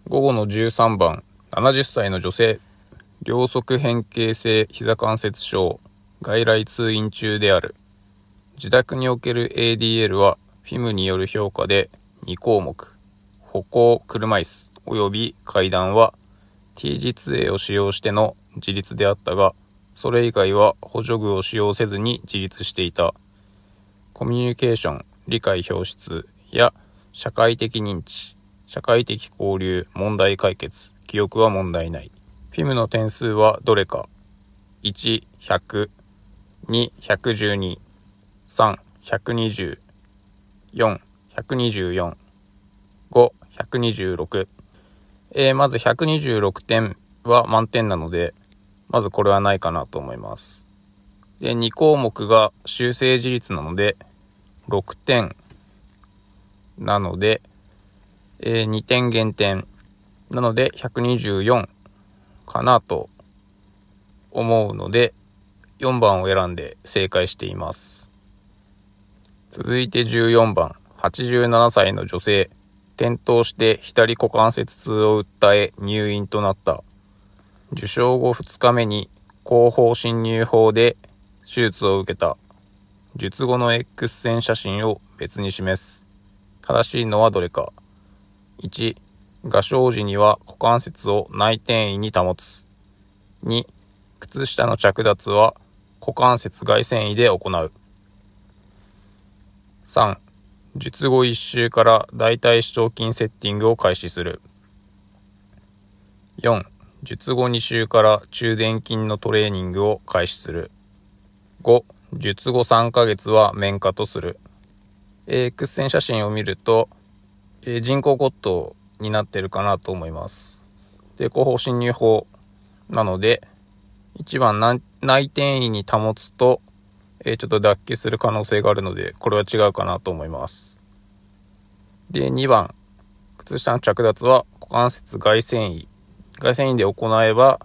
午後の13番、70歳の女性、両側変形性膝関節症、外来通院中である。自宅における ADL は、フィムによる評価で2項目。歩行、車椅子、及び階段は T 実影を使用しての自立であったが、それ以外は補助具を使用せずに自立していた。コミュニケーション、理解表出や社会的認知、社会的交流、問題解決、記憶は問題ない。フィムの点数はどれか。1、100、2、112、3、120、4、124、5、126。まず126点は満点なので、まずこれはないかなと思います。で、2項目が修正自立なので、6点なので、2点減点なので124かなと思うので、4番を選んで正解しています。続いて14番、87歳の女性、転倒して左股関節痛を訴え入院となった。受傷後2日目に後方侵入法で手術を受けた。術後の X 線写真を別に示す。正しいのはどれか。1、画生時には股関節を内転位に保つ。2、靴下の着脱は股関節外旋位で行う。3、術後1週から大腿四頭筋セッティングを開始する。4、術後2週から中殿筋のトレーニングを開始する。5、術後3ヶ月は綿化とする。X 線写真を見ると、人工骨頭になっているかなと思います。で、後方侵入法なので、1番内転位に保つと、ちょっと脱臼する可能性があるので、これは違うかなと思います。で、2番、靴下の着脱は股関節外旋位。外旋位で行えば、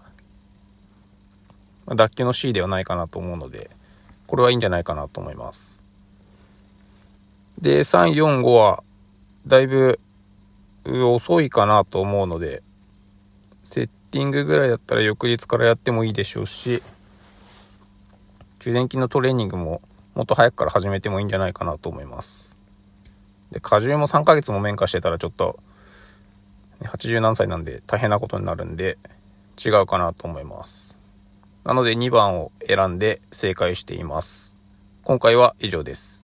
脱臼の C ではないかなと思うので、これはいいんじゃないかなと思います。で、3、4、5は、だいぶ遅いかなと思うので、セッティングぐらいだったら翌日からやってもいいでしょうし、中殿筋のトレーニングももっと早くから始めてもいいんじゃないかなと思います。で、荷重も3ヶ月も綿化してたらちょっと80何歳なんで大変なことになるんで違うかなと思います。なので2番を選んで正解しています。今回は以上です。